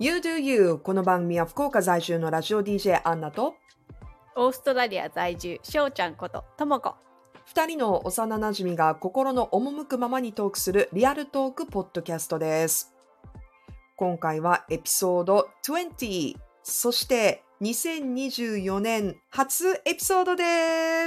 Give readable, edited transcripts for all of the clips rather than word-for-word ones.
You Do You この番組は福岡在住のラジオ DJ アンナとオーストラリア在住しょうちゃんことともこ 2人の幼なじみが心の赴くままにトークするリアルトークポッドキャストです。今回はエピソード20、そして2024年初エピソードです。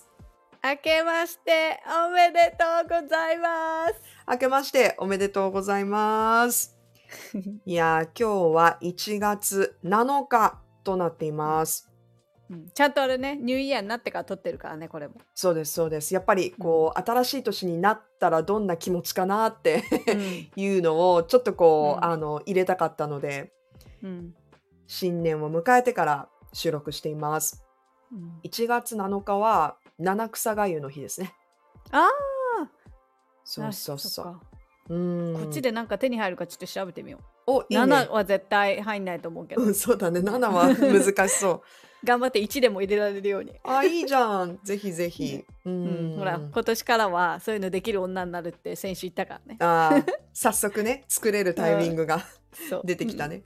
明けましておめでとうございます。 明けましておめでとうございます。いや今日は1月7日となっています。 ちゃんとあれね、ニューイヤーになってから撮ってるからね、これも。 そうですそうです。やっぱりこう、新しい年になったらどんな気持ちかなっていうのをちょっとこう、入れたかったので、新年を迎えてから収録しています。1月7日は七草がゆの日ですね。 ああ、 そうそうそう。 こっちでなんか手に入るかちょっと調べてみよう。 お、いいね。 7は絶対入んないと思うけど。 そうだね、7は難しそう。 頑張って1でも入れられるように。 いいじゃん。ぜひぜひ。 ほら、今年からはそういうのできる女になるって先週言ったからね。 早速ね、作れるタイミングが出てきたね。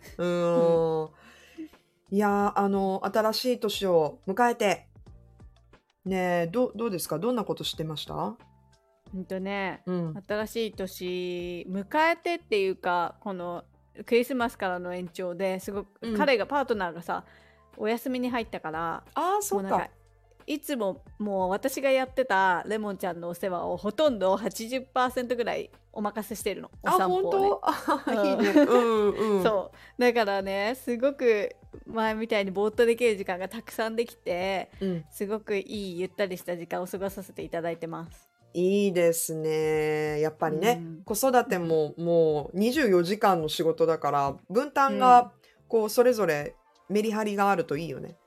いや新しい年を迎えて、ねえ、どうですか？どんなことしてました？ 新しい年迎えてっていうか、このクリスマスからの延長ですごく、彼がパートナーがさお休みに入ったから、 そうか。 いつももう私がやってたレモンちゃんのお世話をほとんど 80% ぐらいお任せしてるの。お散歩をね。 いいね。 そうだからね、すごく前みたいにぼーっとできる時間がたくさんできて、すごくいいゆったりした時間を過ごさせていただいてます。 いいですね。やっぱりね、子育てももう24時間の仕事だから分担がこうそれぞれメリハリがあるといいよね。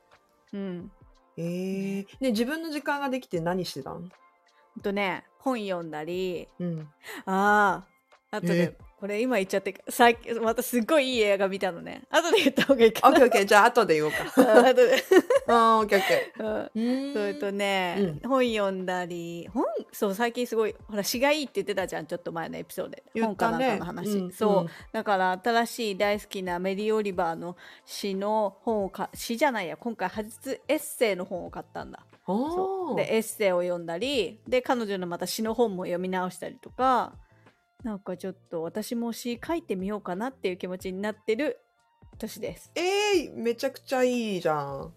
ね、自分の時間ができて何してたん？ 本読んだり、あとでこれ今言っちゃって最近またすっごいいい映画見たのね。後で言った方がいいかな。 オッケーじゃあ後で言おうか。 後でオッケーオッケー。 それとね、本読んだり、そう最近すごいほら詩がいいって言ってたじゃん、ちょっと前のエピソードで。 言ったね。 本かなんかの話。そうだから新しい大好きなメリー・オリバーの詩の本を詩じゃないや、今回初エッセイの本を買ったんだ。そうでエッセイを読んだりで、彼女のまた詩の本も読み直したりとか、なんかちょっと私も詩書いてみようかなっていう気持ちになってる年です。 めちゃくちゃいいじゃん。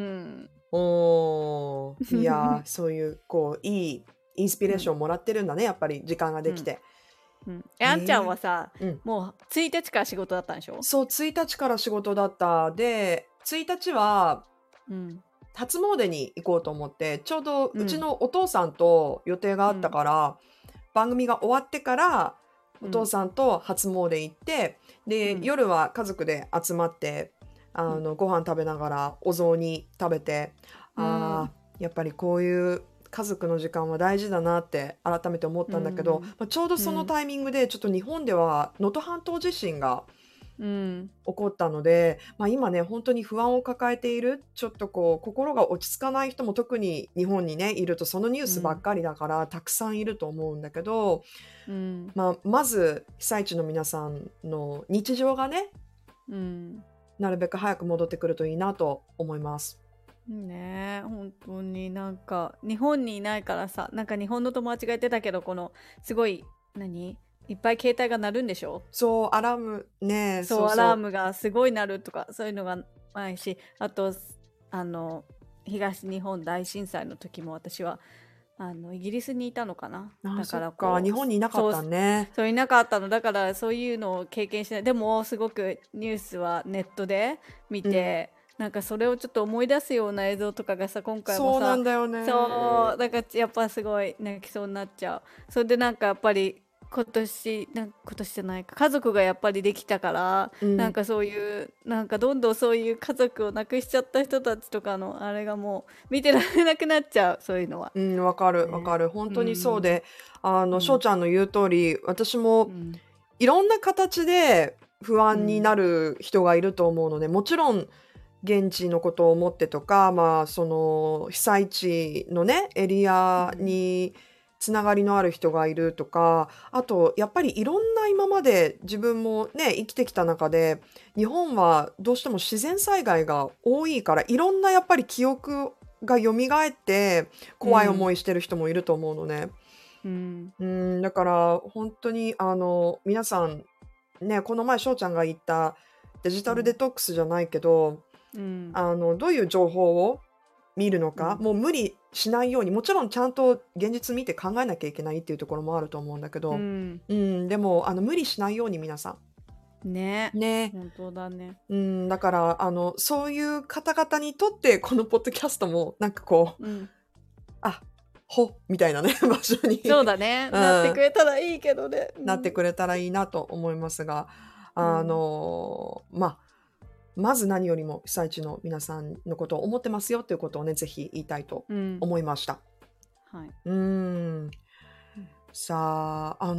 いやそういうこういいインスピレーションもらってるんだね、やっぱり時間ができて。 あんちゃんはさ、もう1日から仕事だったんでしょ？ そう、1日から仕事だった。で1日は、初詣に行こうと思って、ちょうどうちのお父さんと予定があったから、番組が終わってからお父さんと初詣行って、で、夜は家族で集まってご飯食べながらお雑煮食べて、やっぱりこういう家族の時間は大事だなって改めて思ったんだけど、ちょうどそのタイミングでちょっと日本では能登半島地震が起こったので、今ね本当に不安を抱えている、ちょっとこう心が落ち着かない人も特に日本にねいるとそのニュースばっかりだから、たくさんいると思うんだけど、まず被災地の皆さんの日常がね、なるべく早く戻ってくるといいなと思います。 ねえ、本当になんか日本にいないからさ、なんか日本の友達が言ってたけど、このすごいいっぱい携帯が鳴るんでしょ？ そう、アラームね。 そうアラームがすごい鳴るとか、そういうのがないし、あと東日本大震災の時も私はイギリスにいたのかな。だからこう日本にいなかったね。 そういなかったのだから、そういうのを経験しない。でもすごくニュースはネットで見て、なんかそれをちょっと思い出すような映像とかがさ、今回もさ、 そうなんだよね。 そうだからやっぱすごい泣きそうになっちゃう。それでなんかやっぱり今年じゃないか、家族がやっぱりできたから、なんかそういうなんかどんどんそういう家族を亡くしちゃった人たちとかのあれがもう見てられなくなっちゃう、そういうのは。 わかるわかる、本当にそうで、しょうちゃんの言う通り、私もいろんな形で不安になる人がいると思うので、もちろん現地のことを思ってとか、その被災地のねエリアにつながりのある人がいるとか、あとやっぱりいろんな今まで自分もね、生きてきた中で、日本はどうしても自然災害が多いから、いろんなやっぱり記憶が蘇って怖い思いしてる人もいると思うのね。だから本当に皆さんね、この前翔ちゃんが言ったデジタルデトックスじゃないけど、どういう情報を見るのか、もう無理しないように、もちろんちゃんと現実見て考えなきゃいけないっていうところもあると思うんだけど、でも無理しないように皆さんね。 ね。 本当だね。 だからそういう方々にとってこのポッドキャストもなんかこう、みたいなね場所にそうだね、なってくれたらいいけどね、 なってくれたらいいなと思いますが、まず何よりも被災地の皆さんのことを思ってますよということをね、ぜひ言いたいと思いました。 はい。 さあ、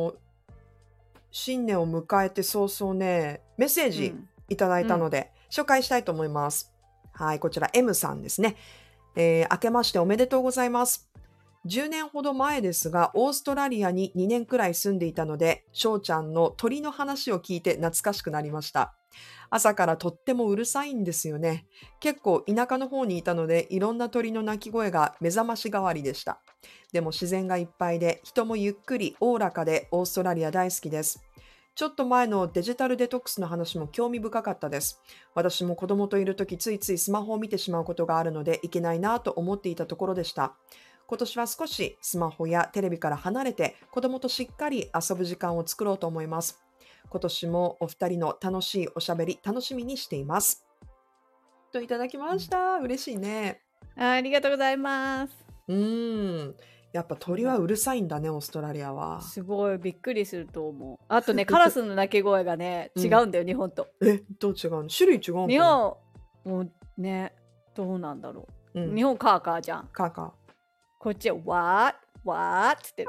新年を迎えて早々ね、メッセージいただいたので、紹介したいと思います。はい、こちら M さんですね。明けましておめでとうございます。10年ほど前ですが、オーストラリアに2年くらい住んでいたので、翔ちゃんの鳥の話を聞いて懐かしくなりました。朝からとってもうるさいんですよね。結構田舎の方にいたので、いろんな鳥の鳴き声が目覚まし代わりでした。でも自然がいっぱいで、人もゆっくりおおらかでオーストラリア大好きです。ちょっと前のデジタルデトックスの話も興味深かったです。私も子供といるときついついスマホを見てしまうことがあるのでいけないなと思っていたところでした。今年は少しスマホやテレビから離れて子供としっかり遊ぶ時間を作ろうと思います。今年もお二人の楽しいおしゃべり楽しみにしています。といただきました。嬉しいね。 ありがとうございます。 やっぱ鳥はうるさいんだね、オーストラリアは。 すごいびっくりすると思う。あとね、カラスの鳴き声がね、違うんだよ、日本と。 どう違うの？種類違うの？ 日本、もうね、どうなんだろう。日本カーカーじゃん。 カーカー。 こっちはわーって言ってる。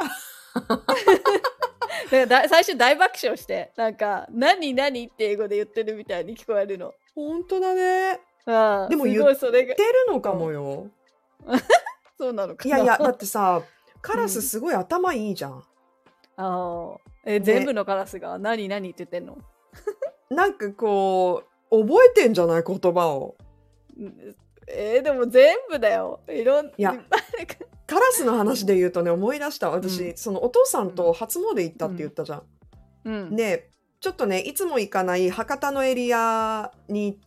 だから最初大爆笑して、なんか、何って英語で言ってるみたいに聞こえるの。 本当だね。でも言ってるのかもよ。 そうなのかな。 いや、だってさ、カラスすごい頭いいじゃん。 全部のカラスが何って言ってんの？ なんかこう、覚えてんじゃない言葉を。 でも全部だよ。いや、 カラスの話で言うとね、思い出した。私、そのお父さんと初詣行ったって言ったじゃん。で、ちょっとね、いつも行かない博多のエリアに行って、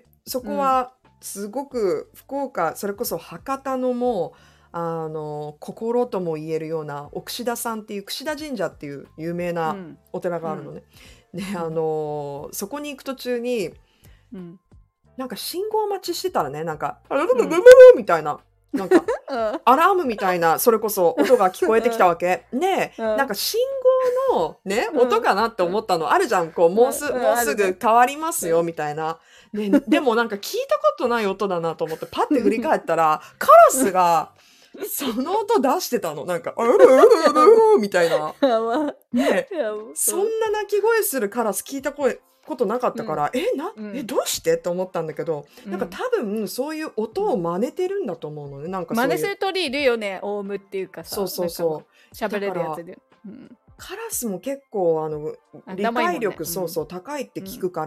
そこはすごく福岡、それこそ博多のもう、心とも言えるような奥志田さんっていう櫛田神社っていう有名なお寺があるのね。で、そこに行く途中に、なんか信号待ちしてたらね、なんか、みたいな、なんか、アラームみたいな、それこそ音が聞こえてきたわけ。ね、なんか信号のね、音かなって思ったのあるじゃん。こう、もうすぐ変わりますよ、みたいな。でもなんか聞いたことない音だなと思って、パッて振り返ったら、カラスが、その音出してたの。なんか、みたいな。ね、そんな鳴き声するカラス聞いたことなかったから、どうしてって思ったんだけど、なんか多分そういう音を真似てるんだと思うのね。なんか真似する鳥いるよね、オウムっていうかさ。 そう。 喋れるやつで。 カラスも結構理解力、高いって聞くから、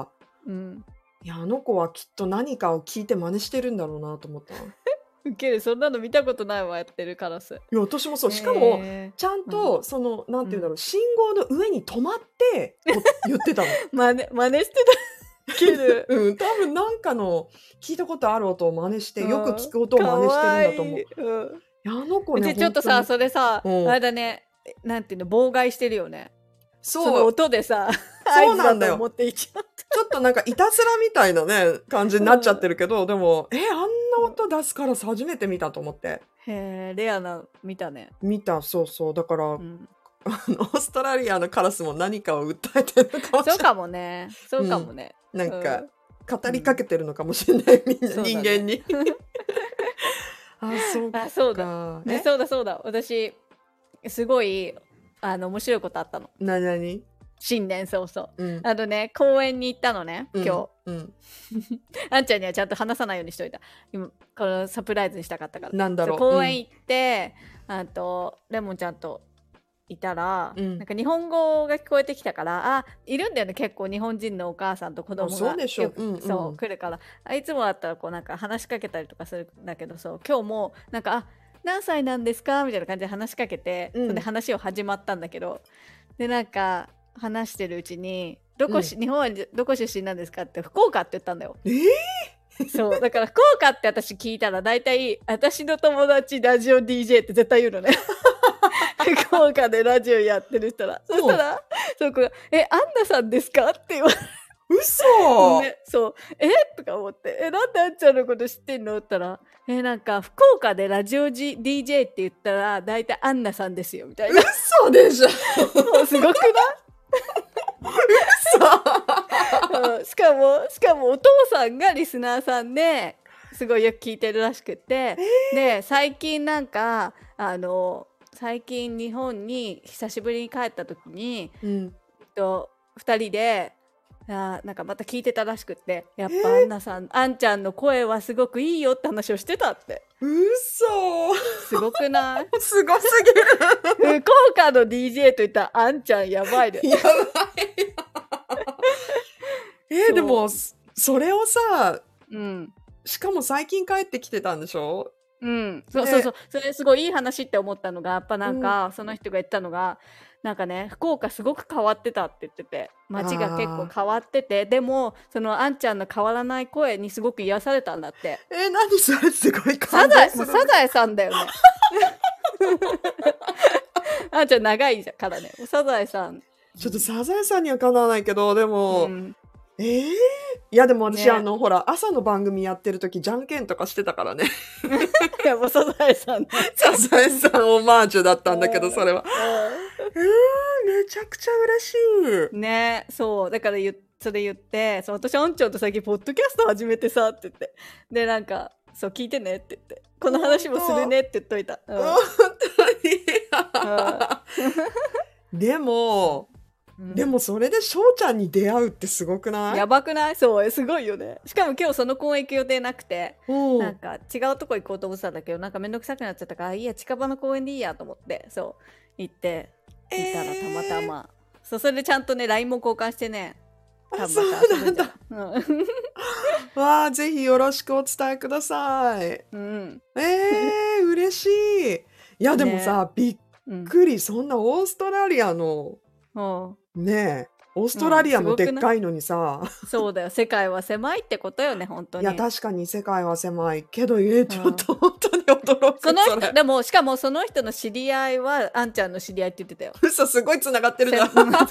いや、あの子はきっと何かを聞いて真似してるんだろうなと思った。 ウケる、そんなの見たことないわ、やってるカラス。 いや、私もそう。しかも、ちゃんと、なんていうんだろう、信号の上に止まって言ってたの。 真似してた。ウケる。 多分なんかの聞いたことある音を真似して、よく聞く音を真似してるんだと思う。あの子ね、 ちょっとさ、それさ、あれだね、なんていうの、妨害してるよね。 そう。 その音でさ、 そうなんだよ。 思っていちゃった。 ちょっとなんかいたずらみたいなね、感じになっちゃってるけど、でも、あんな音出すから初めて見たと思って。 レアな、見たね。 見た、そう。だから、オーストラリアのカラスも何かを訴えてるのかもしれない。 そうかもね。 なんか、語りかけてるのかもしれない、みんな、人間に。 そうだ。私、すごい、面白いことあったの。 何？ 新年早々、 うん、 あとね公園に行ったのね今日、 うん、 あんちゃんにはちゃんと話さないようにしといた。今このサプライズにしたかったから。 なんだろう、 公園行って、あとレモンちゃんといたら、なんか日本語が聞こえてきたから、いるんだよね結構日本人のお母さんと子供がそうでしょ、 そう来るから、いつもだったらこうなんか話しかけたりとかするんだけど、そう今日もなんか何歳なんですかみたいな感じで話しかけて、それで話を始まったんだけど、でなんか話してるうちに日本はどこ出身なんですかって福岡って言ったんだよ。そうだから福岡って私聞いたら大体私の友達ラジオ DJ って絶対言うのね。福岡でラジオやってる人ら、そしたらそこがアンナさんですかって言われて、 嘘、 ね、そうとか思って、なんであんちゃんのこと知ってんのって言ったら、なんか福岡でラジオ、DJ って言ったら大体アンナさんですよみたいな。 嘘でしょ。 もうすごくない嘘しかもお父さんがリスナーさんですごいよく聞いてるらしくて、で最近なんか最近日本に久しぶりに帰った時に、2人でなんかまた聞いてたらしくって、やっぱアンナさん、あんちゃんの声はすごくいいよって話をしてたって。 嘘、 すごくないすごすぎる。 福岡の DJ と言ったらあんちゃんやばいで。 やばい。でもそれをさ、しかも最近帰ってきてたんでしょ。 そうそれすごいいい話って思ったのが、やっぱなんか、その人が言ったのがなんかね、福岡すごく変わってたって言ってて、街が結構変わってて、でもそのあんちゃんの変わらない声にすごく癒されたんだって。 何それ、すごい感動する。サザエさんだよね。あんちゃん長いからね、サザエさん。 ちょっとサザエさんにはかなわないけど、でも、いやでも私、ほら朝の番組やってる時じゃんけんとかしてたからね。 いやもうサザエさん、 サザエさんオマージュだったんだけど、それはめちゃくちゃ嬉しいね。そうだからそれ言って、私あんちゃんと最近ポッドキャスト始めてさって言って、でなんかそう聞いてねって言って、この話もするねって言っといた。 本当に。でもそれで翔ちゃんに出会うってすごくない？ やばくない？そうすごいよね。しかも今日その公園行く予定なくて、なんか違うとこ行こうと思ってたんだけど、なんかめんどくさくなっちゃったから、いや近場の公園でいいやと思って、そう行っていたらたまたま、それでちゃんとね LINE も交換してね。 そうなんだ。わあ、ぜひよろしくお伝えください。嬉しい。いやでもさ、びっくり、そんなオーストラリアのねえ、オーストラリアもでっかいのにさ、 そうだよ、世界は狭いってことよね、本当に。 いや確かに世界は狭いけど、ちょっと本当に驚く。 その人でも、しかもその人の知り合いはあんちゃんの知り合いって言ってたよ。 嘘、すごいつながってるじゃん。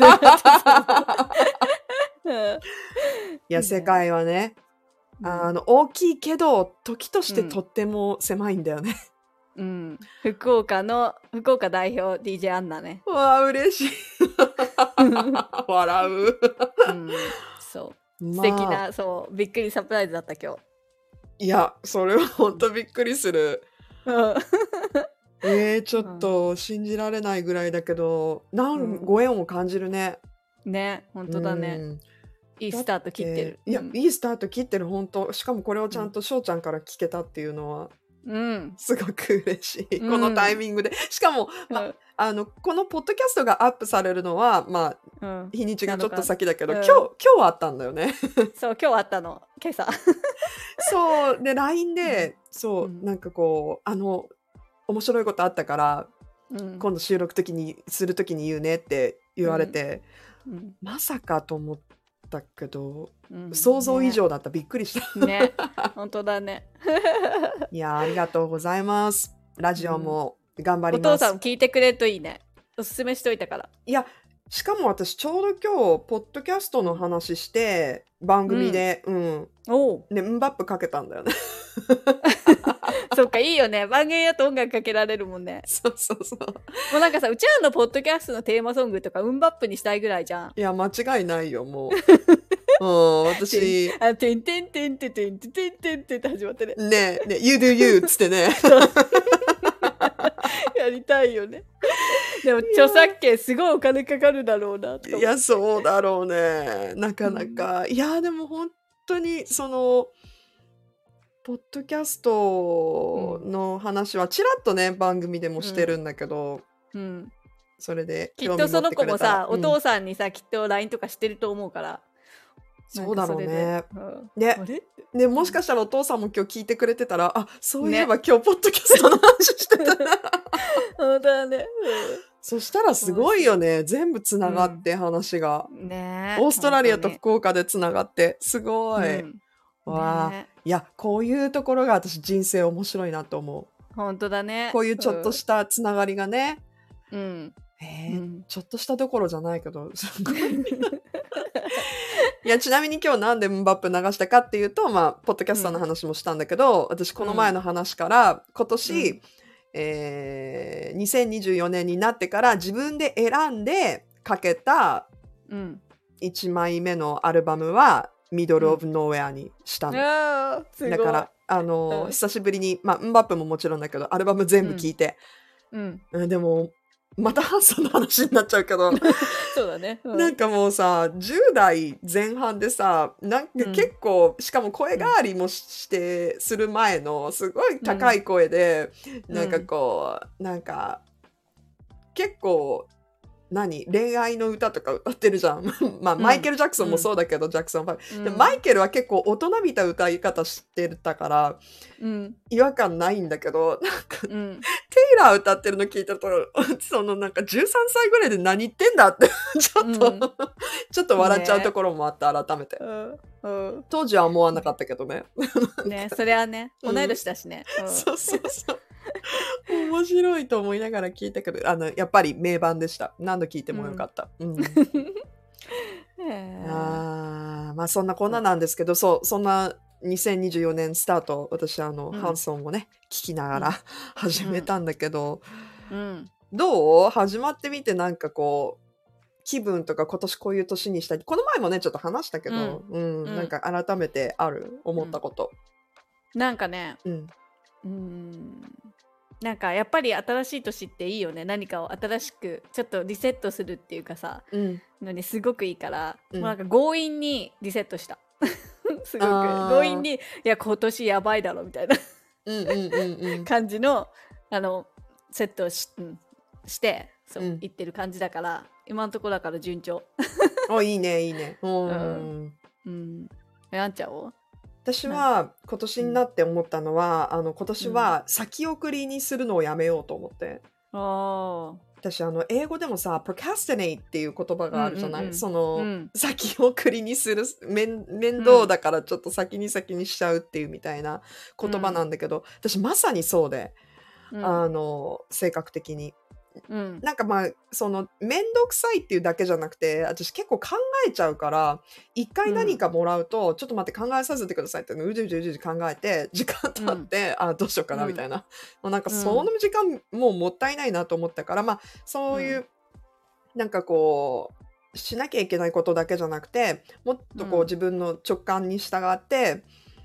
いや世界はね、大きいけど時としてとっても狭いんだよね。 福岡代表 DJ アンナね。 わあ嬉しい。笑う。 そう素敵な、そうびっくりサプライズだった今日。 いやそれは本当びっくりする。ちょっと信じられないぐらいだけど、ご縁を感じるね。 ね、本当だね。いいスタート切ってる。 いや、いいスタート切ってる、本当。しかもこれをちゃんと翔ちゃんから聞けたっていうのはすごく嬉しい、このタイミングで。しかも、このポッドキャストがアップされるのは日にちがちょっと先だけど、今日あったんだよね。 そう今日あったの、今朝。 そうで LINE で、なんかこう面白いことあったから、今度収録する時に言うねって言われて、まさかと思ったけど、想像以上だった。びっくりしたね。本当だね。 いやありがとうございます。ラジオも頑張ります。 お父さん聞いてくれるといいね。おすすめしといたから。 いやしかも私ちょうど今日ポッドキャストの話して番組でね、ンバップかけたんだよね。 そっか、いいよね。番組だと音楽かけられるもんね。 そうもうなんかさ、うちらのポッドキャストのテーマソングとかウンバップにしたいぐらいじゃん。 いや間違いないよもう。私てんてんてんてんてんてんてんてんてんって始まってね。 ね You do you っつってね。 やりたいよね。 でも著作権すごいお金かかるだろうなと思って。 いや、そうだろうね。なかなか。いや、でも本当に、ポッドキャストの話はちらっとね、番組でもしてるんだけど、それできっとその子もさ、お父さんにさ、きっと LINE とかしてると思うから。 そうだろうね。で、もしかしたらお父さんも今日聞いてくれてたら、あ、そういえば今日ポッドキャストの話してたな。 本当だね。 そしたらすごいよね。全部つながって話が。 ね、 オーストラリアと福岡でつながって、すごい。わあ、いや、こういうところが私人生面白いなと思う。 本当だね。 こういうちょっとしたつながりがね。ちょっとしたどころじゃないけど、すごい。いや、ちなみに今日なんでムンバップ流したかっていうと、まあ、ポッドキャスターの話もしたんだけど、私この前の話から、今年、2024年になってから自分で選んでかけた1枚目のアルバムは、ミドル・オブ・ノーウェアにしたの。だから、久しぶりに、まあ、ムンバップももちろんだけど、アルバム全部聴いて、でも、またハンソンの話になっちゃうけどそうだね、 なんかもうさ10代前半でさなんか結構、しかも声変わりもする前のすごい高い声で、なんかこうなんか結構恋愛の歌とか歌ってるじゃん。まあ、マイケル・ジャクソンもそうだけど、ジャクソン5。でマイケルは結構大人びた歌い方してたから、違和感ないんだけど、なんか、テイラー歌ってるの聞いたと、なんか13歳ぐらいで何言ってんだって、ちょっと笑っちゃうところもあった、改めて。当時は思わなかったけどね。 ね、それはね、同い年だしね。 そうそうそう。面白いと思いながら聞いたけど、やっぱり名盤でした。何度聞いてもよかった。まあそんなこんななんですけど、そんな2024年スタート、私ハンソンをね聞きながら始めたんだけど、どう？始まってみてなんかこう気分とか今年こういう年にしたい。この前もねちょっと話したけど、なんか改めて思ったこと。 なんかね、なんかやっぱり新しい年っていいよね。何かを新しくちょっとリセットするっていうかさ、のにすごくいいから、もうなんか強引にリセットした。すごく強引に、いや今年やばいだろみたいな感じのセットをしてそう言ってる感じだから、今のところだから順調。 いいねいいね。 あんちゃんを私は今年になって思ったのは、今年は先送りにするのをやめようと思って。私英語でもさ procrastinate っていう言葉があるじゃない、先送りにする面倒だからちょっと先にしちゃうっていうみたいな言葉なんだけど、私まさにそうで、性格的に。なんかまあ面倒くさいっていうだけじゃなくて、私結構考えちゃうから、一回何かもらうと、ちょっと待って考えさせてくださいってうじうじ考えて時間経って、どうしようかなみたいな、もうなんかその時間もうもったいないなと思ったから、まあそういう、なんかこうしなきゃいけないことだけじゃなくて、もっとこう自分の直感に従って、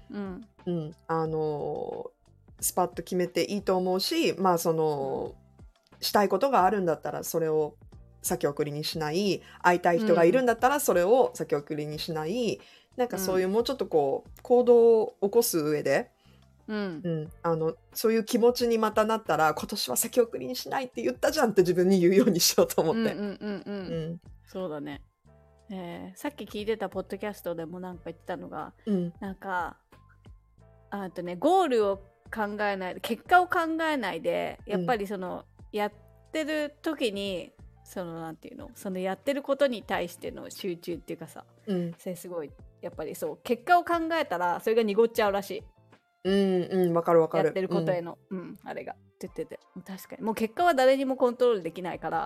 スパッと決めていいと思うし、まあしたいことがあるんだったらそれを先送りにしない、会いたい人がいるんだったらそれを先送りにしない、なんかそういうもうちょっとこう行動を起こす上で、そういう気持ちにまたなったら、今年は先送りにしないって言ったじゃんって自分に言うようにしようと思って。 そうだね。さっき聞いてたポッドキャストでもなんか言ってたのが、なんかゴールを考えない、結果を考えないで、やっぱりやってる時になんていうの、やってることに対しての集中っていうかさ、それすごいやっぱりそう結果を考えたらそれが濁っちゃうらしい。 わかるわかる。 やってることへの、あれがって言ってて、確かにもう結果は誰にもコントロールできないから。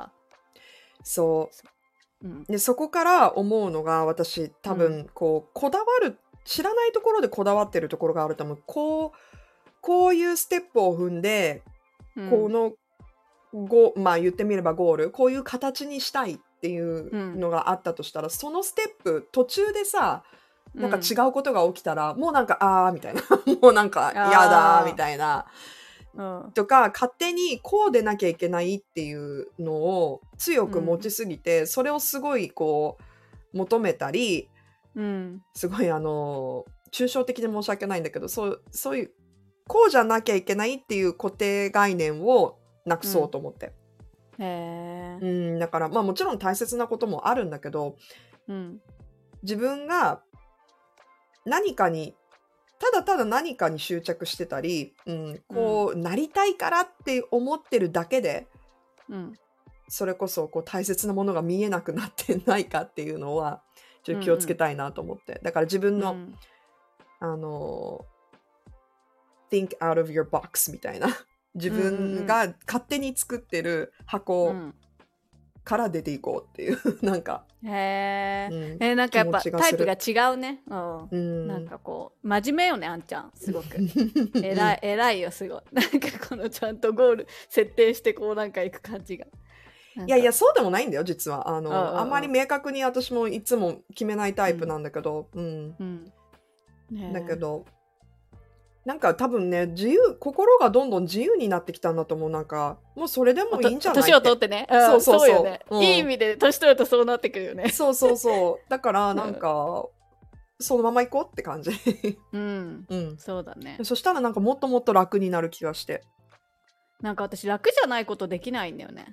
でそこから思うのが、私多分こう、こだわる、知らないところでこだわってるところがあると思う。こういうステップを踏んで、このまあ言ってみればゴール、こういう形にしたいっていうのがあったとしたら、そのステップ途中でさ、なんか違うことが起きたら、もうなんかみたいなもうなんかやだみたいな。 とか勝手にこうでなきゃいけないっていうのを強く持ちすぎて、それをすごいこう求めたり、すごい抽象的で申し訳ないんだけど、そういうこうじゃなきゃいけないっていう固定概念をなくそうと思って、だからまあもちろん大切なこともあるんだけど、自分が何かにただただ何かに執着してたり、こうなりたいからって思ってるだけで、それこそこう大切なものが見えなくなってないかっていうのはちょっと気をつけたいなと思って、だから自分の、think out of your box みたいな自分が勝手に作ってる箱から出ていこうっていうなんかなんかやっぱタイプが違うね。なんかこう真面目よね、あんちゃんすごく偉いよ、すごい。なんかこのちゃんとゴール設定してこうなんかいく感じが。 いやそうでもないんだよ実は。あんまり明確に私もいつも決めないタイプなんだけど、だけどなんか多分ね、心がどんどん自由になってきたんだと思う。なんかもうそれでもいいんじゃないって。 年を取ってね。そうよね。いい意味で年取るとそうなってくるよね。 そうだからなんか、そのまま行こうって感じ。 そうだね。 そしたらなんかもっともっと楽になる気がして。 なんか私楽じゃないことできないんだよね。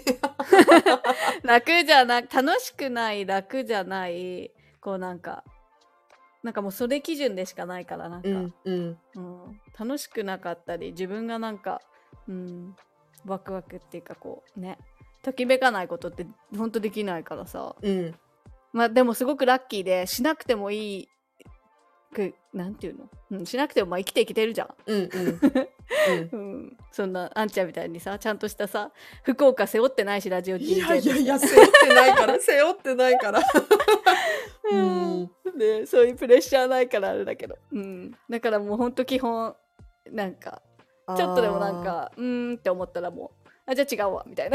楽しくない楽じゃないこうなんかもうそれ基準でしかないからなんか、楽しくなかったり自分がなんか、ワクワクっていうかこうねときめかないことってほんとできないからさ、まあでもすごくラッキーでしなくてもいいなんていうの、しなくてもまあ生きていけてるじゃん。そんなあんちゃんみたいにさちゃんとしたさ福岡背負ってないしラジオ DJ いや背負ってないからでそういうプレッシャーないからあれだけど、だからもうほんと基本なんかちょっとでもなんかって思ったらもうじゃあ違うわみたいな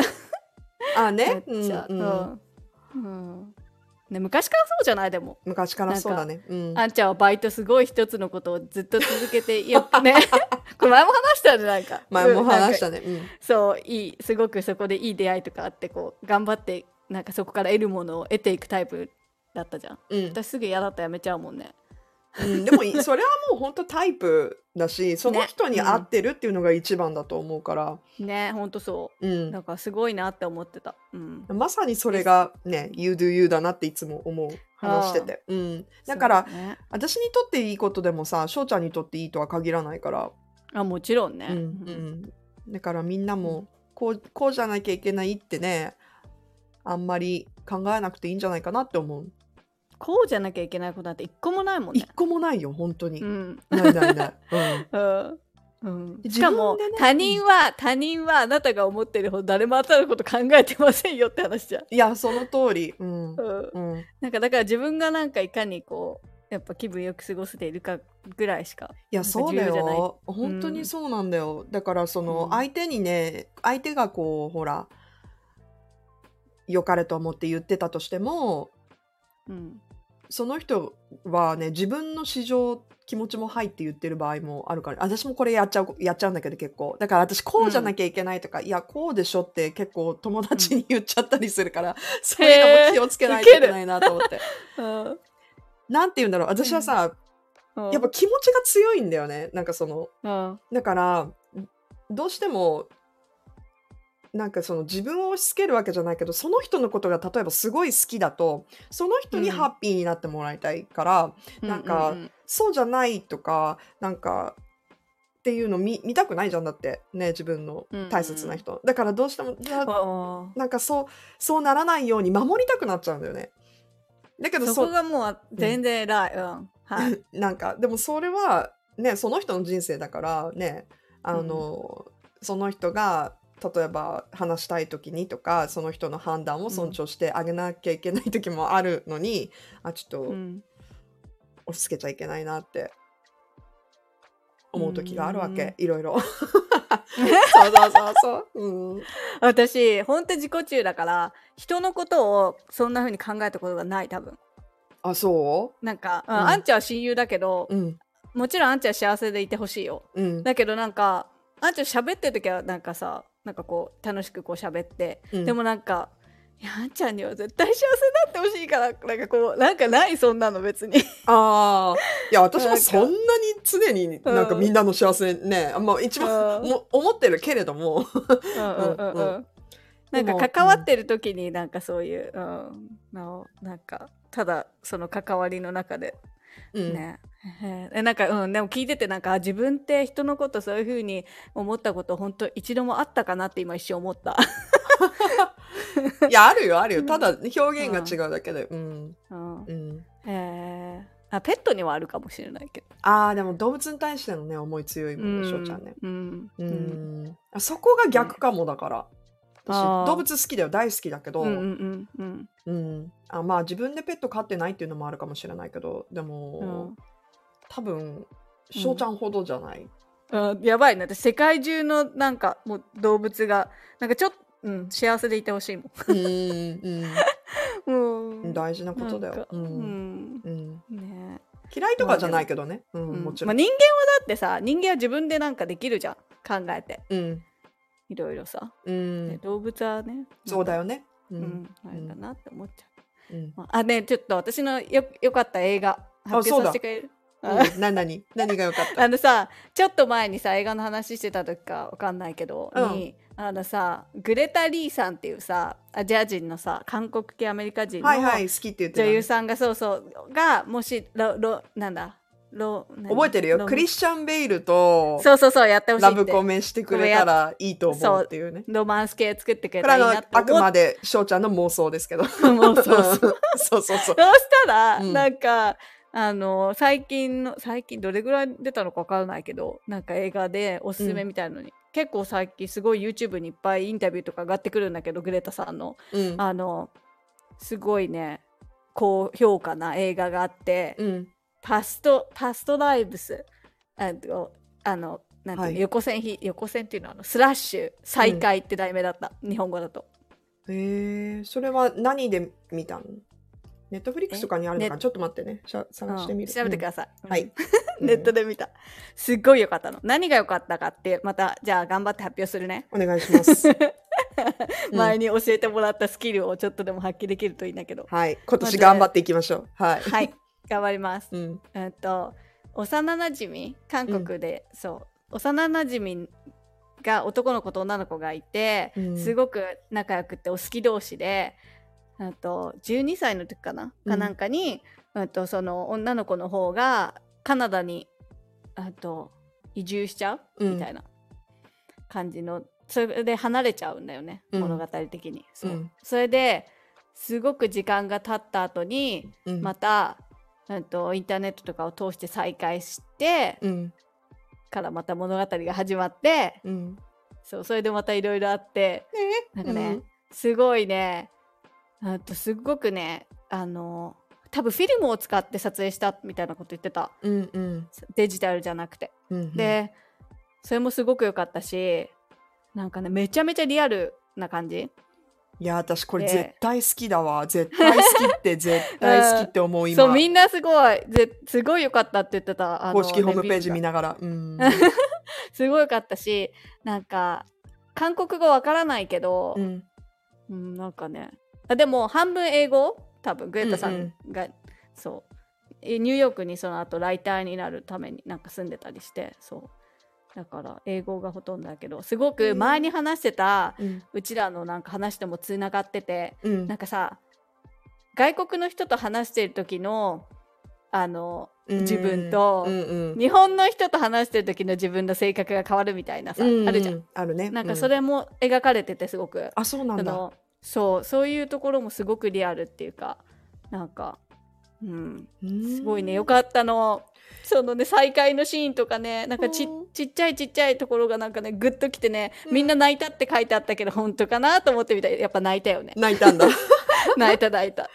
ね、昔からそうじゃない。でも昔からそうだね。 あんちゃんはバイトすごい一つのことをずっと続けてやってねこれ前も話したよね。なんか前も話したね。 そうすごくそこでいい出会いとかあってこう頑張ってなんかそこから得るものを得ていくタイプだったじゃん。私すぐ嫌だったらやめちゃうもんね。 でもそれはもう本当タイプだし、その人に合ってるっていうのが一番だと思うからね。ほんとそう、だからすごいなって思ってた、 まさにそれがね You do you だなっていつも思う話してて、だから、私にとっていいことでもさ翔ちゃんにとっていいとは限らないから、 もちろんね、 だからみんなもこうじゃなきゃいけないってねあんまり考えなくていいんじゃないかなって思う。 こうじゃなきゃいけないことなんて一個もないもんね。 一個もないよ本当に、ない、 しかも、他人はあなたが思ってるほど誰も当たること考えてませんよって話じゃん。 いやその通り、 なんかだから自分がなんかいかにこうやっぱ気分よく過ごせているかぐらいしか。 いやそうだよ本当にそうなんだよ。だからその相手にね、相手がこうほら良かれと思って言ってたとしても、その人はね自分の市場気持ちも入って言ってる場合もあるから、私もこれやっちゃうんだけど結構だから私こうじゃなきゃいけないとか、いやこうでしょって結構友達に言っちゃったりするから、そういうのも気をつけないといけないなと思って、なんて言うんだろう私はさ、やっぱ気持ちが強いんだよね。なんかその、だからどうしてもなんかその自分を押し付けるわけじゃないけど、その人のことが例えばすごい好きだとその人にハッピーになってもらいたいから、なんか、そうじゃないとかなんかっていうの見たくないじゃんだってね自分の大切な人、だからどうしてもなんかそうならないように守りたくなっちゃうんだよね。だけどそこがもう全然偉い、 なんかでもそれはねその人の人生だからねその人が例えば話したい時にとかその人の判断を尊重してあげなきゃいけない時もあるのに、ちょっと押し付けちゃいけないなって思う時があるわけ、いろいろそう、 私ほんと自己中だから人のことをそんな風に考えたことがない多分。 そうなんか、あんちゃんは親友だけど、もちろんあんちゃんは幸せでいてほしいよ、だけどなんかあんちゃん喋ってる時はなんかさ、なんかこう楽しくこう喋って、でもなんかいやあんちゃんには絶対幸せになってほしいから、なんかこうなんかない、そんなの別に。 いや私もそんなに常になんかみんなの幸せね、一番思ってるけれどもなんか関わってる時になんかそういう、なんかただその関わりの中でね、なんかでも聞いててなんか自分って人のことそういう風に思ったこと本当一度もあったかなって今一瞬思った。 いやあるよただ表現が違うだけで。ペットにはあるかもしれないけど。 でも動物に対してのね思い強いもんね、しょうちゃんね。そこが逆かも。だから私動物好きだよ、大好きだけど、自分でペット飼ってないっていうのもあるかもしれないけど、でも、多分しょうちゃんほどじゃない。 やばいね、私世界中のなんかもう動物がなんかちょっと幸せでいてほしいもん。 大事なことだよ。嫌いとかじゃないけどね。もちろん。 人間はだってさ、人間は自分でなんかできるじゃん、考えて。いろいろさ。動物はね。 そうだよね。 あれだなって思っちゃう。ね、ちょっと私のよかった映画発表させてくれる？ 何がよかった？ さ、ちょっと前にさ映画の話してた時かわかんないけど、さグレタ・リーさんっていうさアジア人のさ韓国系アメリカ人の女優さんががもしなんだ覚えてるよ、クリスチャン・ベイルとやってほしいって、 ラブコメしてくれたらいいと思うっていうね。 ロマンス系作ってくれたらいいなって思って。 あくまでしょうちゃんの妄想ですけど。 そうしたら、なんか最近どれぐらい出たのか分からないけど、なんか映画でおすすめみたいのに、結構最近すごい YouTube にいっぱいインタビューとか上がってくるんだけど、グレタさんの、すごいね高評価な映画があって、パストライブス、なんていうの、横線っていうのはスラッシュ再開って題名だった、日本語だと。 それは何で見たの？ネットフリックスとかにあるのか、ちょっと待ってね、探してみる。 調べてください。 はい。 ネットで見た。すっごい良かったの。何が良かったかって、またじゃあ頑張って発表するね。 お願いします。 前に教えてもらったスキルをちょっとでも発揮できるといいんだけど。 はい。今年頑張っていきましょう。はい。 はい。頑張ります。幼なじみ、韓国で、幼なじみが男の子と女の子がいて、すごく仲良くてお好き同士で、12歳の時かな、なんかに、その女の子の方がカナダに移住しちゃうみたいな感じの、それで離れちゃうんだよね、物語的に。それですごく時間が経った後に、またインターネットとかを通して再会して、からまた物語が始まって、それでまたいろいろあって、なんかね、すごいね、すごくね、多分フィルムを使って撮影したみたいなこと言ってた、デジタルじゃなくて、でそれもすごく良かったし、なんかねめちゃめちゃリアルな感じ。 いや私これ絶対好きだわ。絶対好きって絶対好きって思う今。 そう、みんなすごい良かったって言ってた、 公式ホームページ見ながら。 すごい良かったし、なんか韓国語わからないけど、なんかね、でも半分英語、多分グレタさんが、ニューヨークにその後ライターになるためになんか住んでたりして、だから英語がほとんどだけど、すごく前に話してた、うちらのなんか話ともつながってて、なんかさ、外国の人と話してる時の自分と、日本の人と話してる時の自分の性格が変わるみたいなさ、あるじゃん。 あるね。 なんかそれも描かれてて、すごく。 あ、そうなんだ。 そういうところもすごくリアルっていうか、なんか、すごいね、よかったの。そのね、再会のシーンとかね、なんかちっちゃいところがなんかね、グッときてね、みんな泣いたって書いてあったけど、本当かなと思ってみたら、やっぱ泣いたよね。 泣いたんだ。 泣いた。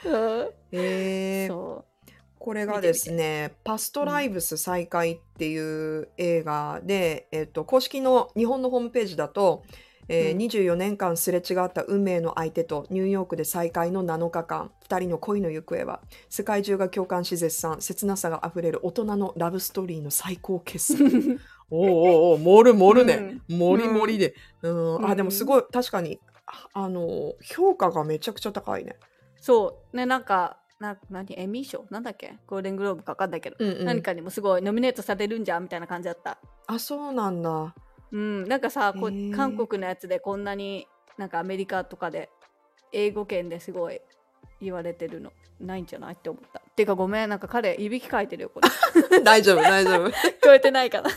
これがですね、パストライブス再会っていう映画で、公式の日本のホームページだと、24年間すれ違った運命の相手とニューヨークで再会の7日間、2人の恋の行方は世界中が共感し絶賛、切なさがあふれる大人のラブストーリーの最高傑作。 お盛るね。盛り盛りで。でもすごい、確かに、評価がめちゃくちゃ高いね。 そうね、なんか何エミー賞なんだっけ、ゴールデングローブか分かんないけど、何かにもすごいノミネートされるんじゃんみたいな感じだった。 あ、そうなんだ。 なんかさ、韓国のやつでこんなになんかアメリカとかで英語圏ですごい言われてるのないんじゃないって思った。てかごめん、なんか彼いびきかいてるよこれ。 大丈夫大丈夫。 聞こえてないかな。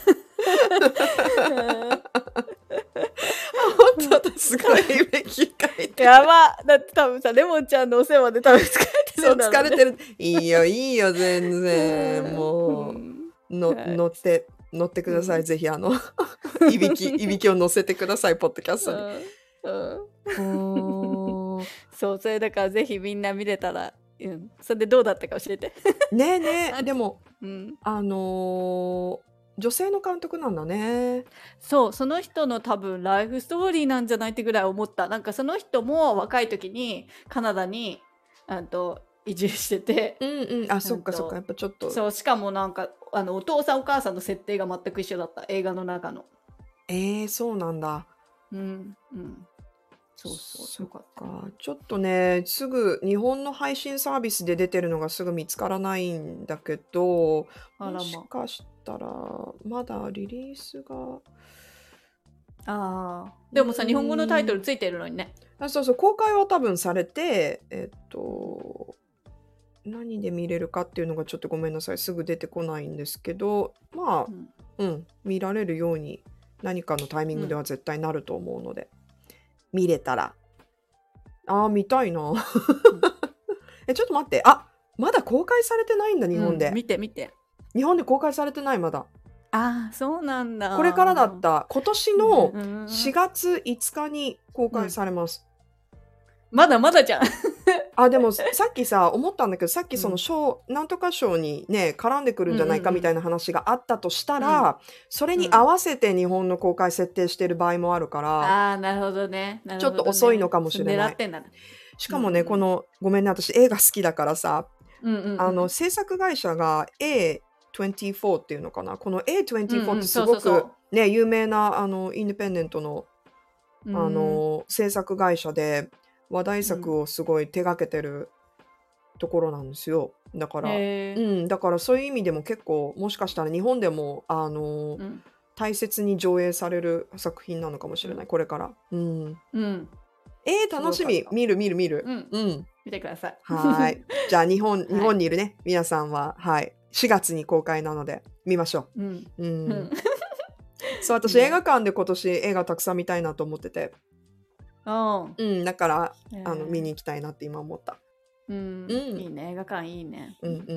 本当だ、すごいいびきかいてる。 やば、だって多分さ、レモンちゃんのお世話で多分疲れてるんだろうね。 そう疲れてる。いいよ全然。もう乗ってください、ぜひいびきを乗せてください、ポッドキャストに。 そう、それだからぜひみんな見れたら、それでどうだったか教えて。 ねえでも、女性の監督なんだね。 そう、その人の多分ライフストーリーなんじゃないってぐらい思った。なんかその人も若い時にカナダに移住してて、 あ、そっかそっか、やっぱちょっと。 そう、しかもなんかお父さんお母さんの設定が全く一緒だった、映画の中の。 そうなんだ。 そうか。 ちょっとね、すぐ日本の配信サービスで出てるのがすぐ見つからないんだけど、もしかしたらまだリリースが。 でもさ、日本語のタイトルついてるのにね。 そうそう、公開は多分されて、何で見れるかっていうのがちょっとごめんなさい、すぐ出てこないんですけど、まあ、見られるように何かのタイミングでは絶対なると思うので、見れたら。見たいな。ちょっと待って。まだ公開されてないんだ、日本で。 見て。 日本で公開されてない、まだ。 そうなんだ。 これからだった。今年の4月5日に公開されます。 まだじゃん。 でもさっきさ、思ったんだけど、さっきそのなんとか賞にね、絡んでくるんじゃないかみたいな話があったとしたら、それに合わせて日本の公開設定してる場合もあるから、 なるほどね。 ちょっと遅いのかもしれない。しかもね、ごめんね、私映画好きだからさ、制作会社が A24 っていうのかな。この A24 ってすごくね、有名なインディペンデントの制作会社で、話題作をすごい手がけてるところなんですよ。だから、だからそういう意味でも結構もしかしたら日本でも大切に上映される作品なのかもしれない、これから。楽しみ。見る。 見てください。 はい。じゃあ日本にいるね、皆さんは、4月に公開なので見ましょう。そう、私映画館で今年映画たくさん見たいなと思ってて。だから見に行きたいなって今思った。 いいね、映画館いいね。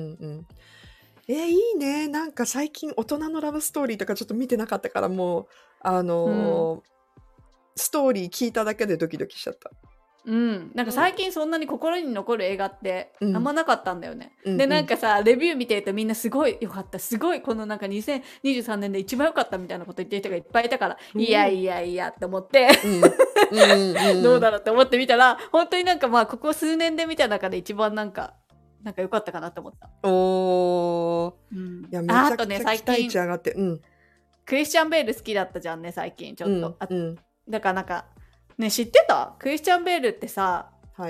いいね。なんか最近大人のラブストーリーとかちょっと見てなかったから、もうストーリー聞いただけでドキドキしちゃった。 なんか最近そんなに心に残る映画ってあんまなかったんだよね。でなんかさ、レビュー見てるとみんなすごい良かった、すごいこのなんか2023年で一番良かったみたいなこと言ってる人がいっぱいいたから、いやって思ってどうだろうって思ってみたら、本当になんかまあここ数年で見た中で一番なんか良かったかなと思った。 いやめちゃくちゃ期待値上がって、 クリスチャン・ベール好きだったじゃんね最近ちょっと。だからなんかね、知ってた？クリスチャン・ベールってさ、リ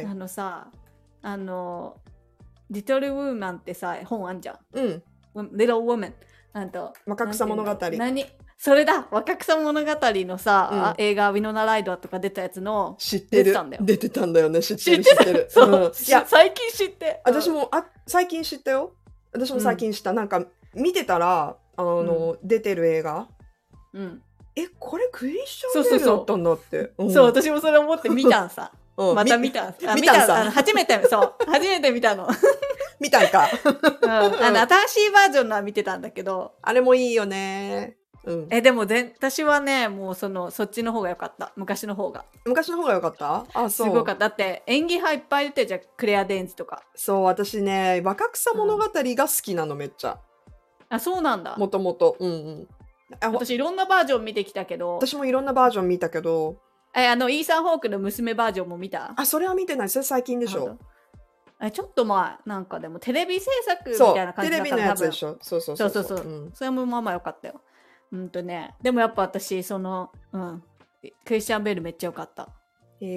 トル・ウーマンってさ、本あんじゃん。リトル・ウーマン。 若草物語。 それだ、若草物語のさ、映画、ウィノナ・ライドとか出たやつの、 知ってる。出てたんだよね、知ってる。 そう、いや、最近知って。 私も、最近知ったよ。私も最近知った。なんか、見てたら、出てる映画。これクリスチャン・ベールだったんだって。 そう、私もそれ思って見たんさ。また見たんさ。初めて見たの。 見たんか。 新しいバージョンのは見てたんだけど。 あれもいいよね。 でも私はね、もうそっちの方が良かった。昔の方が良かった？そう。 すごかった。だって演技派いっぱい出てるじゃん、クレア・デインズとか。 そう、私ね、若草物語が好きなの、めっちゃ。 そうなんだ。 もともと。 私いろんなバージョン見てきたけど。 私もいろんなバージョン見たけど。 イーサン・ホークの娘バージョンも見た？ それは見てない。それ最近でしょ。 ちょっと前、なんかでもテレビ制作みたいな感じだったから。 テレビのやつでしょ。そう。 それもまあまあよかったよ。 でもやっぱ私クリスチャン・ベールめっちゃ良かった。ク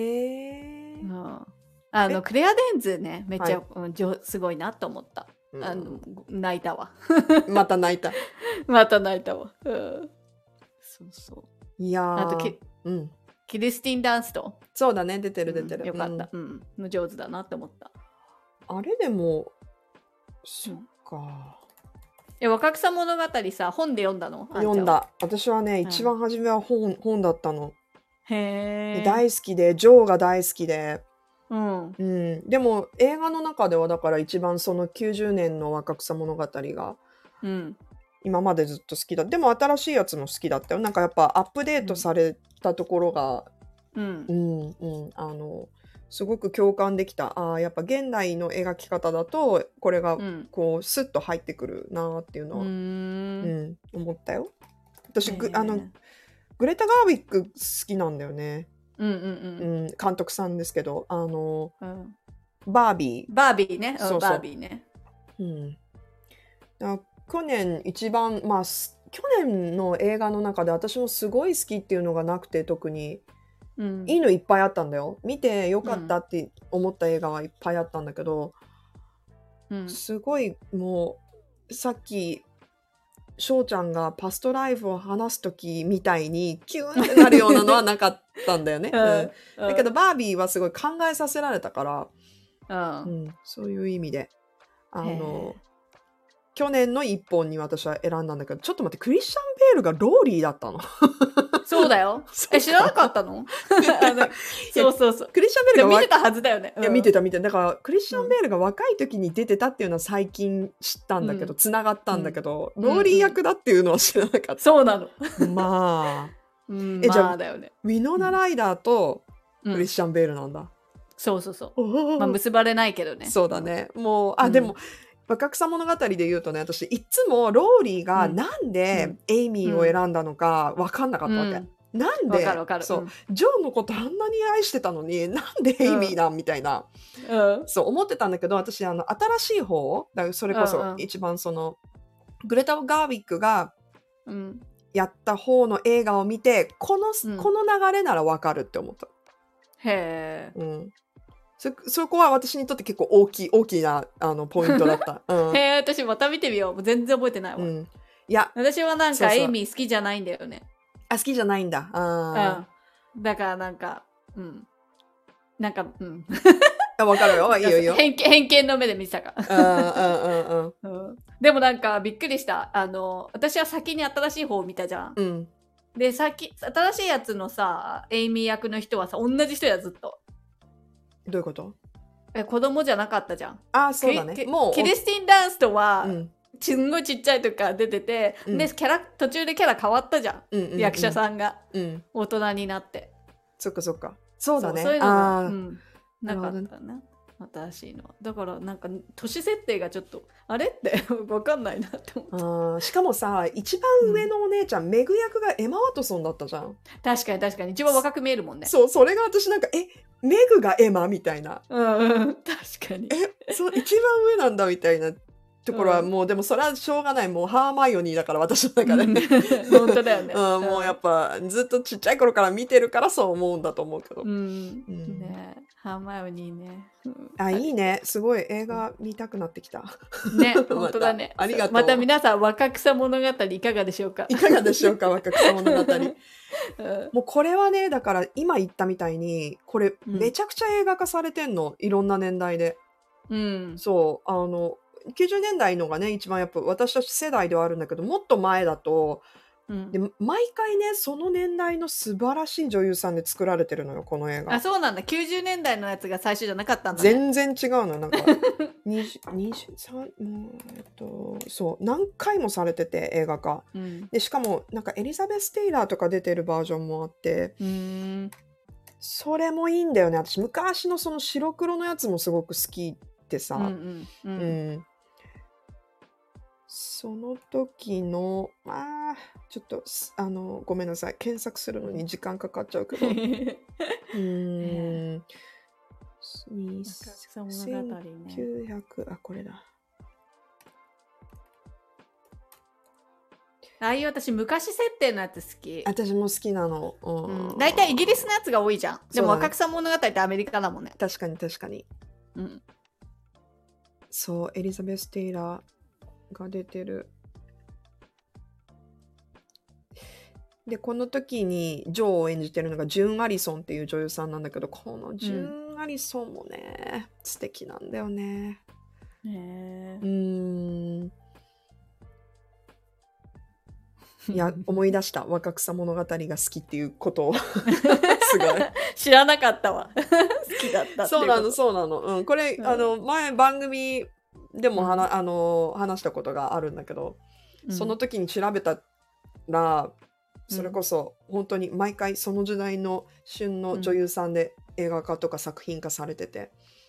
レア・デンズねめっちゃ、すごいなと思った。泣いたわ。 また泣いた。 また泣いたわ。そうそう。 いやあとキリスティン・ダンスト。 そうだね、出てる。 よかった。上手だなって思った。 あれでも、そっか。 若草物語さ、本で読んだの？ 読んだ。私はね、一番初めは本だったの。 へー。 大好きで、ジョーが大好きで。でも映画の中ではだから一番その90年の若草物語が今までずっと好きだ。でも新しいやつも好きだったよ。なんかやっぱアップデートされたところが、すごく共感できた。やっぱ現代の描き方だとこれがこうスッと入ってくるなっていうのは、思ったよ。私グレタ・ガーウィック好きなんだよね。監督さんですけど、バービーね。バービーね。 去年一番去年の映画の中で私もすごい好きっていうのがなくて、特に、いいのいっぱいあったんだよ。見てよかったって思った映画はいっぱいあったんだけど、すごいもうさっき翔ちゃんがパストライフを話す時みたいにキュンってなるようなのはなかったんだよね。だけどバービーはすごい考えさせられたから、そういう意味で去年の一本に私は選んだんだけど、ちょっと待って、クリスチャン・ベールがローリーだったの？ そうだよ。知らなかったの？そうクリスチャン・ベールが見てたはずだよね。 いや見てた。だからクリスチャン・ベールが若い時に出てたっていうのは最近知ったんだけど、つながったんだけど、ローリー役だっていうのは知らなかった。 そうなの。 まあじゃあだよね。 ウィノナ・ライダーとクリスチャン・ベールなんだ。 そう。結ばれないけどね。 そうだね。もうでも若草物語で言うとね、私いつもローリーがなんでエイミーを選んだのか分かんなかったわけ。なんでそうジョーのことあんなに愛してたのになんでエイミーだみたいな、そう思ってたんだけど、私新しい方だからそれこそ一番そのグレタ・ガーウィックがやった方の映画を見てこの流れなら分かるって思った。 へえ。 そこは私にとって結構大きなポイントだった。 へえ、私また見てみよう。全然覚えてないわ。いや私はなんかエイミー好きじゃないんだよね。 好きじゃないんだ。 だからなんかわかるよ。いいよいいよ。 偏見の目で見てたから。でもなんかびっくりした。私は先に新しい方を見たじゃん。で新しいやつのさエイミー役の人はさ同じ人やずっと。 どういうこと？ 子供じゃなかったじゃん。 そうだね。もうキリスティン・ダンストは、すんごいちっちゃい時から出てて、で途中でキャラ変わったじゃん、役者さんが、大人になって。 そっか。そうだね。 そういうのがなかったな。新しいのはだからなんか年設定がちょっとあれって分かんないなって思った。 しかもさ一番上のお姉ちゃん、メグ役がエマ・ワトソンだったじゃん。 確かに一番若く見えるもんね。 それが私なんかメグがエマみたいな。 確かに一番上なんだみたいなところはもう、でもそれはしょうがない。もうハーマイオニーだから私の中でね。 本当だよね。 もうやっぱずっとちっちゃい頃から見てるからそう思うんだと思うけど。 ねハーマイオニーね。 いいね。すごい映画見たくなってきた。 ね、本当だね。 ありがとう。 また皆さん若草物語いかがでしょうか。 若草物語。もうこれはね、だから今言ったみたいにこれめちゃくちゃ映画化されてんの、いろんな年代で。そう90年代のがね一番やっぱ私たち世代ではあるんだけど、もっと前だと、で毎回ねその年代の素晴らしい女優さんで作られてるのよこの映画。 そうなんだ。90年代のやつが最初じゃなかったんだね。全然違うの。なんかそう何回もされてて映画化、でしかもなんかエリザベス・テイラーとか出てるバージョンもあって、それもいいんだよね。私昔のその白黒のやつもすごく好きでさ、その時のちょっとごめんなさい、検索するのに時間かかっちゃうけど1900これだ。 ああいう私昔設定のやつ好き。 私も好きなの。 だいたいイギリスのやつが多いじゃん。でも、 そうだね若草物語ってアメリカだもんね。 確かに確かに。 うん。 そう、エリザベス・テイラーが出てる。で、この時にジョーを演じてるのがジュン・アリソンっていう女優さんなんだけど、このジュン・アリソンもね、素敵なんだよね。いや、思い出した。若草物語が好きっていうことを。すごい。 知らなかったわ。好きだったってそうなの、そうなの。うん、これ、前番組でも話したことがあるんだけど、その時に調べたら、それこそ本当に毎回その時代の旬の女優さんで映画化とか作品化されてて。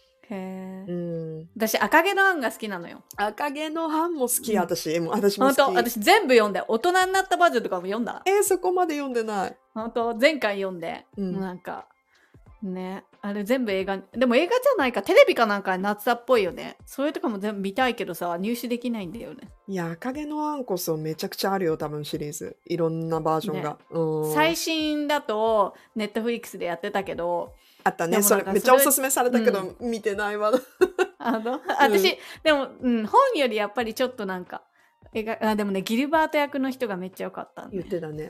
私、赤毛のアンが好きなのよ。 赤毛のアンも好き、私も好き。 本当、私全部読んで、大人になったバージョンとかも読んだ。 そこまで読んでない。 本当、前回読んで、なんかね、あれ全部映画、でも映画じゃないか、テレビかなんか夏っぽいよね。それとかも全部見たいけどさ、入手できないんだよね。 いや、赤毛のアンこそめちゃくちゃあるよ、多分シリーズ。いろんなバージョンが。 最新だと、ネットフリックスでやってたけど、 あったね。それめっちゃおすすめされたけど、見てないわ。 私、でも、本よりやっぱりちょっとなんか、でもね、ギルバート役の人がめっちゃ良かったんで。 言ってたね。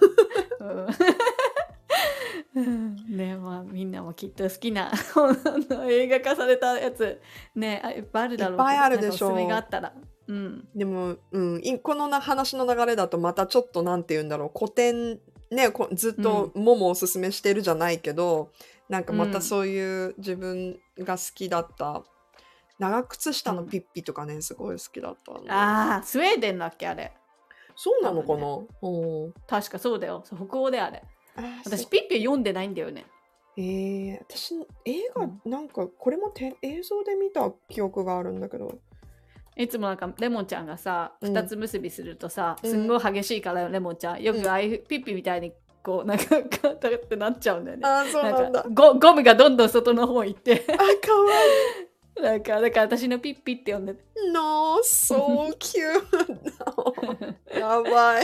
ね、まあみんなもきっと好きな映画化されたやつね、いっぱいあるだろうけど、 いっぱいあるでしょう。 おすすめがあったら。 でも、この話の流れだとまたちょっとなんて言うんだろう、古典ね、ずっとももおすすめしてるじゃないけど、なんかまたそういう自分が好きだった、長靴下のピッピとかね、すごい好きだった、 ああ、スウェーデンだっけあれ。 そうなのかな、 確かそうだよ、北欧であれ。私ピッピ読んでないんだよね。 私映画、なんかこれも映像で見た記憶があるんだけど、 いつもなんかレモンちゃんがさ、二つ結びするとさ、すんごい激しいからレモンちゃんよくああいうピッピみたいにこうなんかガタってなっちゃうんだよね。 そうなんだ。 ゴムがどんどん外の方行ってかわいい。 だから私のピッピって呼んでて。 No, so cute. やばい。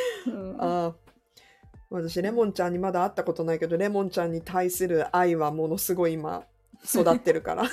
私レモンちゃんにまだ会ったことないけど、レモンちゃんに対する愛はものすごい今育ってるから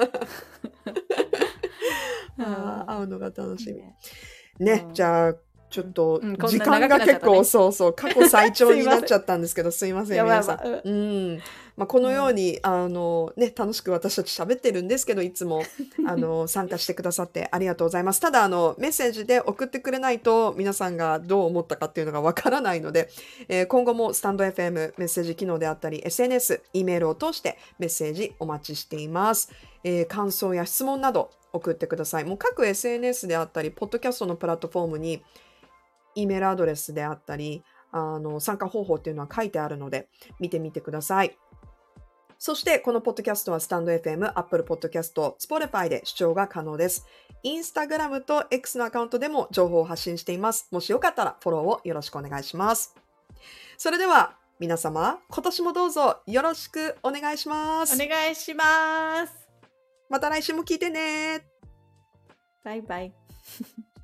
会うのが楽しみね。じゃあちょっと時間が結構、そう過去最長になっちゃったんですけどすいません皆さん。このように楽しく私たち喋ってるんですけど、いつも参加してくださってありがとうございます。ただメッセージで送ってくれないと皆さんがどう思ったかっていうのがわからないので、今後もスタンド FM メッセージ機能であったり SNS、E メールを通してメッセージお待ちしています。感想や質問など送ってください。もう各 SNS であったりポッドキャストのプラットフォームにE メールアドレスであったり参加方法っていうのは書いてあるので見てみてください。そしてこのポッドキャストはスタンド FM、Apple Podcast、Spotify で視聴が可能です。インスタグラムと X のアカウントでも情報を発信しています。もしよかったらフォローをよろしくお願いします。それでは皆様、今年もどうぞよろしくお願いします。 お願いします。 また来週も聞いてね。 バイバイ。